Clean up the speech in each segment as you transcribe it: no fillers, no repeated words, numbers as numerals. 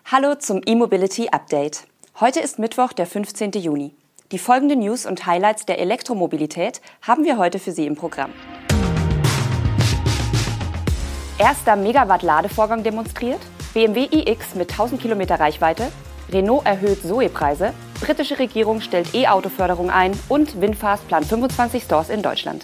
Hallo zum E-Mobility Update. Heute ist Mittwoch, der 15. Juni. Die folgenden News und Highlights der Elektromobilität haben wir heute für Sie im Programm. Erster Megawatt-Ladevorgang demonstriert, BMW iX mit 1000 Kilometer Reichweite, Renault erhöht Zoe-Preise, britische Regierung stellt E-Auto-Förderung ein und VinFast plant 25 Stores in Deutschland.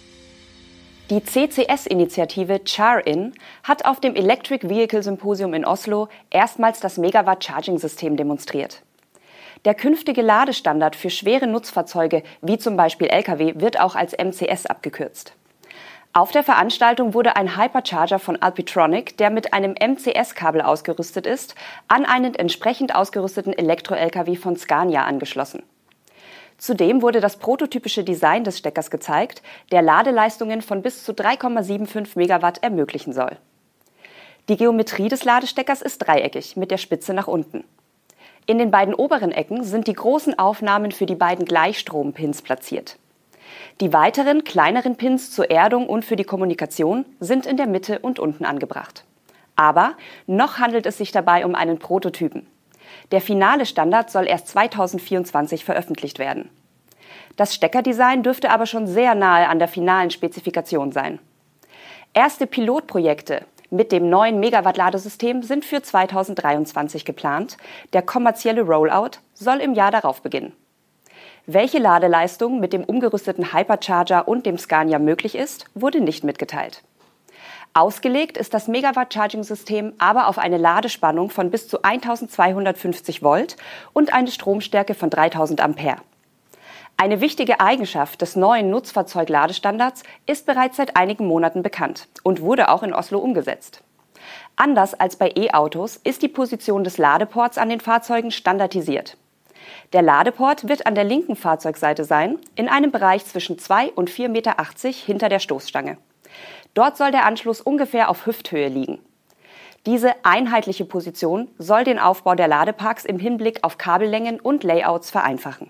Die CCS-Initiative Char-In hat auf dem Electric Vehicle Symposium in Oslo erstmals das Megawatt-Charging-System demonstriert. Der künftige Ladestandard für schwere Nutzfahrzeuge, wie zum Beispiel Lkw, wird auch als MCS abgekürzt. Auf der Veranstaltung wurde ein Hypercharger von Alpitronic, der mit einem MCS-Kabel ausgerüstet ist, an einen entsprechend ausgerüsteten Elektro-Lkw von Scania angeschlossen. Zudem wurde das prototypische Design des Steckers gezeigt, der Ladeleistungen von bis zu 3,75 Megawatt ermöglichen soll. Die Geometrie des Ladesteckers ist dreieckig mit der Spitze nach unten. In den beiden oberen Ecken sind die großen Aufnahmen für die beiden Gleichstrom-Pins platziert. Die weiteren, kleineren Pins zur Erdung und für die Kommunikation sind in der Mitte und unten angebracht. Aber noch handelt es sich dabei um einen Prototypen. Der finale Standard soll erst 2024 veröffentlicht werden. Das Steckerdesign dürfte aber schon sehr nahe an der finalen Spezifikation sein. Erste Pilotprojekte mit dem neuen Megawatt-Ladesystem sind für 2023 geplant. Der kommerzielle Rollout soll im Jahr darauf beginnen. Welche Ladeleistung mit dem umgerüsteten Hypercharger und dem Scania möglich ist, wurde nicht mitgeteilt. Ausgelegt ist das Megawatt-Charging-System aber auf eine Ladespannung von bis zu 1250 Volt und eine Stromstärke von 3000 Ampere. Eine wichtige Eigenschaft des neuen Nutzfahrzeug-Ladestandards ist bereits seit einigen Monaten bekannt und wurde auch in Oslo umgesetzt. Anders als bei E-Autos ist die Position des Ladeports an den Fahrzeugen standardisiert. Der Ladeport wird an der linken Fahrzeugseite sein, in einem Bereich zwischen 2 und 4,80 Meter hinter der Stoßstange. Dort soll der Anschluss ungefähr auf Hüfthöhe liegen. Diese einheitliche Position soll den Aufbau der Ladeparks im Hinblick auf Kabellängen und Layouts vereinfachen.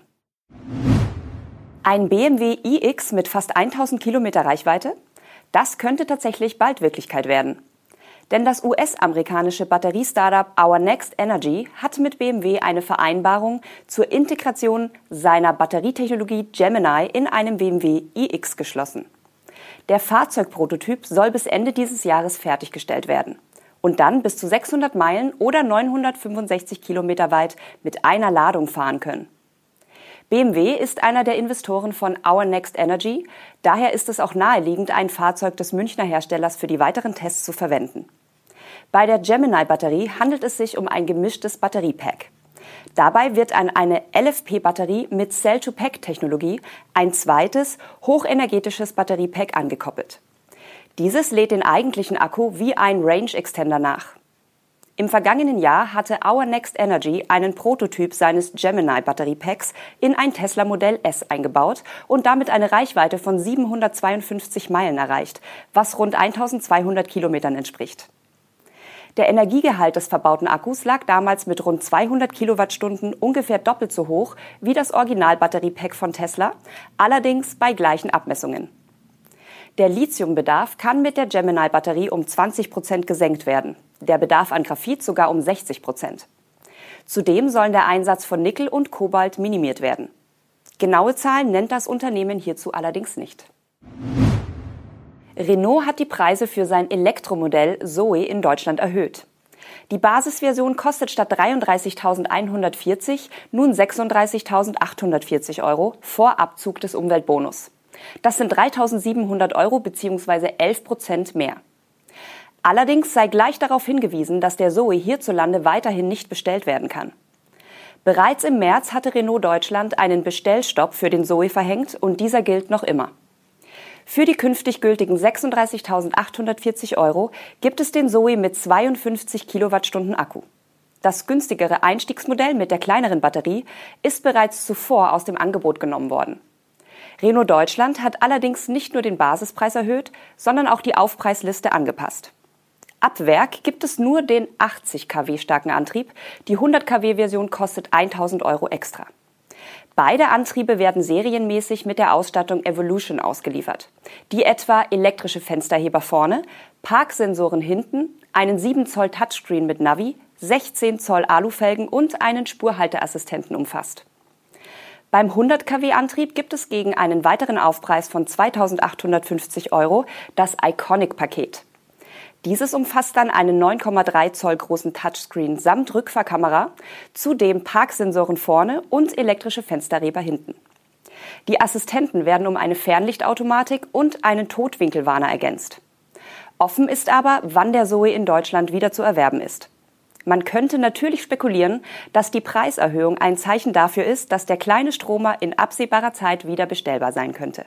Ein BMW iX mit fast 1000 Kilometer Reichweite? Das könnte tatsächlich bald Wirklichkeit werden. Denn das US-amerikanische Batteriestartup Our Next Energy hat mit BMW eine Vereinbarung zur Integration seiner Batterietechnologie Gemini in einem BMW iX geschlossen. Der Fahrzeugprototyp soll bis Ende dieses Jahres fertiggestellt werden und dann bis zu 600 Meilen oder 965 Kilometer weit mit einer Ladung fahren können. BMW ist einer der Investoren von Our Next Energy, daher ist es auch naheliegend, ein Fahrzeug des Münchner Herstellers für die weiteren Tests zu verwenden. Bei der Gemini-Batterie handelt es sich um ein gemischtes Batteriepack. Dabei wird an eine LFP-Batterie mit Cell-to-Pack-Technologie ein zweites, hochenergetisches Batteriepack angekoppelt. Dieses lädt den eigentlichen Akku wie ein Range-Extender nach. Im vergangenen Jahr hatte Our Next Energy einen Prototyp seines Gemini-Batteriepacks in ein Tesla Modell S eingebaut und damit eine Reichweite von 752 Meilen erreicht, was rund 1200 Kilometern entspricht. Der Energiegehalt des verbauten Akkus lag damals mit rund 200 Kilowattstunden ungefähr doppelt so hoch wie das Original-Batteriepack von Tesla, allerdings bei gleichen Abmessungen. Der Lithiumbedarf kann mit der Gemini-Batterie um 20% gesenkt werden, der Bedarf an Graphit sogar um 60%. Zudem sollen der Einsatz von Nickel und Kobalt minimiert werden. Genaue Zahlen nennt das Unternehmen hierzu allerdings nicht. Renault hat die Preise für sein Elektromodell Zoe in Deutschland erhöht. Die Basisversion kostet statt 33.140 nun 36.840 € vor Abzug des Umweltbonus. Das sind 3.700 € bzw. 11% mehr. Allerdings sei gleich darauf hingewiesen, dass der Zoe hierzulande weiterhin nicht bestellt werden kann. Bereits im März hatte Renault Deutschland einen Bestellstopp für den Zoe verhängt und dieser gilt noch immer. Für die künftig gültigen 36.840 € gibt es den Zoe mit 52 Kilowattstunden Akku. Das günstigere Einstiegsmodell mit der kleineren Batterie ist bereits zuvor aus dem Angebot genommen worden. Renault Deutschland hat allerdings nicht nur den Basispreis erhöht, sondern auch die Aufpreisliste angepasst. Ab Werk gibt es nur den 80 kW starken Antrieb, die 100 kW Version kostet 1.000 € extra. Beide Antriebe werden serienmäßig mit der Ausstattung Evolution ausgeliefert, die etwa elektrische Fensterheber vorne, Parksensoren hinten, einen 7 Zoll Touchscreen mit Navi, 16 Zoll Alufelgen und einen Spurhalteassistenten umfasst. Beim 100 kW Antrieb gibt es gegen einen weiteren Aufpreis von 2.850 € das Iconic-Paket. Dieses umfasst dann einen 9,3 Zoll großen Touchscreen samt Rückfahrkamera, zudem Parksensoren vorne und elektrische Fensterheber hinten. Die Assistenten werden um eine Fernlichtautomatik und einen Totwinkelwarner ergänzt. Offen ist aber, wann der Zoe in Deutschland wieder zu erwerben ist. Man könnte natürlich spekulieren, dass die Preiserhöhung ein Zeichen dafür ist, dass der kleine Stromer in absehbarer Zeit wieder bestellbar sein könnte.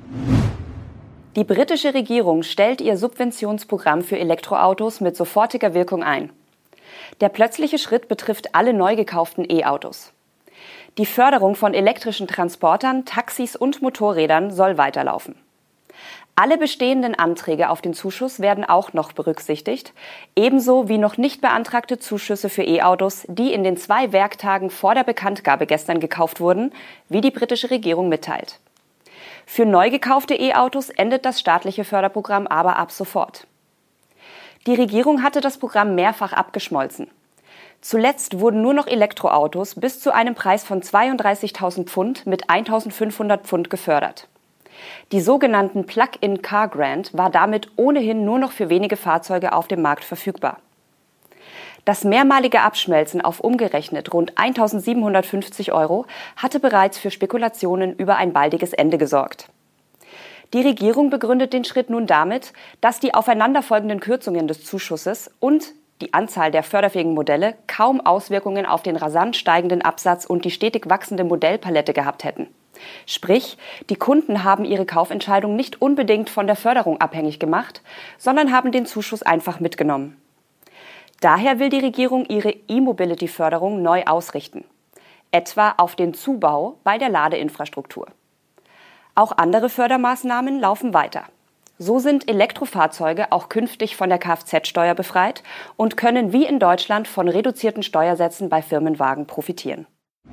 Die britische Regierung stellt ihr Subventionsprogramm für Elektroautos mit sofortiger Wirkung ein. Der plötzliche Schritt betrifft alle neu gekauften E-Autos. Die Förderung von elektrischen Transportern, Taxis und Motorrädern soll weiterlaufen. Alle bestehenden Anträge auf den Zuschuss werden auch noch berücksichtigt, ebenso wie noch nicht beantragte Zuschüsse für E-Autos, die in den 2 Werktagen vor der Bekanntgabe gestern gekauft wurden, wie die britische Regierung mitteilt. Für neu gekaufte E-Autos endet das staatliche Förderprogramm aber ab sofort. Die Regierung hatte das Programm mehrfach abgeschmolzen. Zuletzt wurden nur noch Elektroautos bis zu einem Preis von 32.000 Pfund mit 1.500 Pfund gefördert. Die sogenannten Plug-in Car Grant war damit ohnehin nur noch für wenige Fahrzeuge auf dem Markt verfügbar. Das mehrmalige Abschmelzen auf umgerechnet rund 1.750 € hatte bereits für Spekulationen über ein baldiges Ende gesorgt. Die Regierung begründet den Schritt nun damit, dass die aufeinanderfolgenden Kürzungen des Zuschusses und die Anzahl der förderfähigen Modelle kaum Auswirkungen auf den rasant steigenden Absatz und die stetig wachsende Modellpalette gehabt hätten. Sprich, die Kunden haben ihre Kaufentscheidung nicht unbedingt von der Förderung abhängig gemacht, sondern haben den Zuschuss einfach mitgenommen. Daher will die Regierung ihre E-Mobility-Förderung neu ausrichten, etwa auf den Zubau bei der Ladeinfrastruktur. Auch andere Fördermaßnahmen laufen weiter. So sind Elektrofahrzeuge auch künftig von der Kfz-Steuer befreit und können wie in Deutschland von reduzierten Steuersätzen bei Firmenwagen profitieren.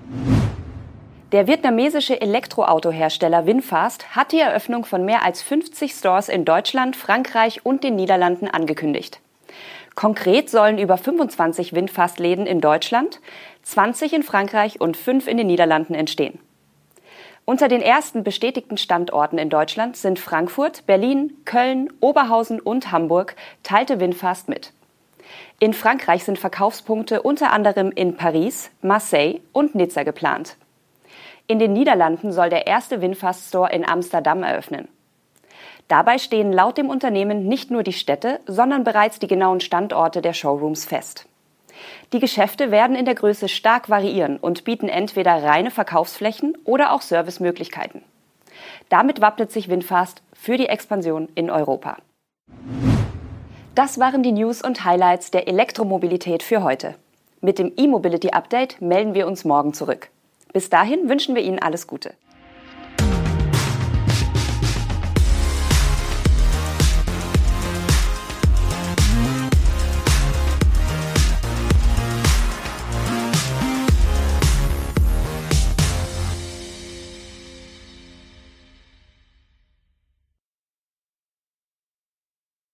Der vietnamesische Elektroautohersteller VinFast hat die Eröffnung von mehr als 50 Stores in Deutschland, Frankreich und den Niederlanden angekündigt. Konkret sollen über 25 VinFast-Läden in Deutschland, 20 in Frankreich und 5 in den Niederlanden entstehen. Unter den ersten bestätigten Standorten in Deutschland sind Frankfurt, Berlin, Köln, Oberhausen und Hamburg, teilte VinFast mit. In Frankreich sind Verkaufspunkte unter anderem in Paris, Marseille und Nizza geplant. In den Niederlanden soll der erste VinFast-Store in Amsterdam eröffnen. Dabei stehen laut dem Unternehmen nicht nur die Städte, sondern bereits die genauen Standorte der Showrooms fest. Die Geschäfte werden in der Größe stark variieren und bieten entweder reine Verkaufsflächen oder auch Servicemöglichkeiten. Damit wappnet sich VinFast für die Expansion in Europa. Das waren die News und Highlights der Elektromobilität für heute. Mit dem E-Mobility Update melden wir uns morgen zurück. Bis dahin wünschen wir Ihnen alles Gute.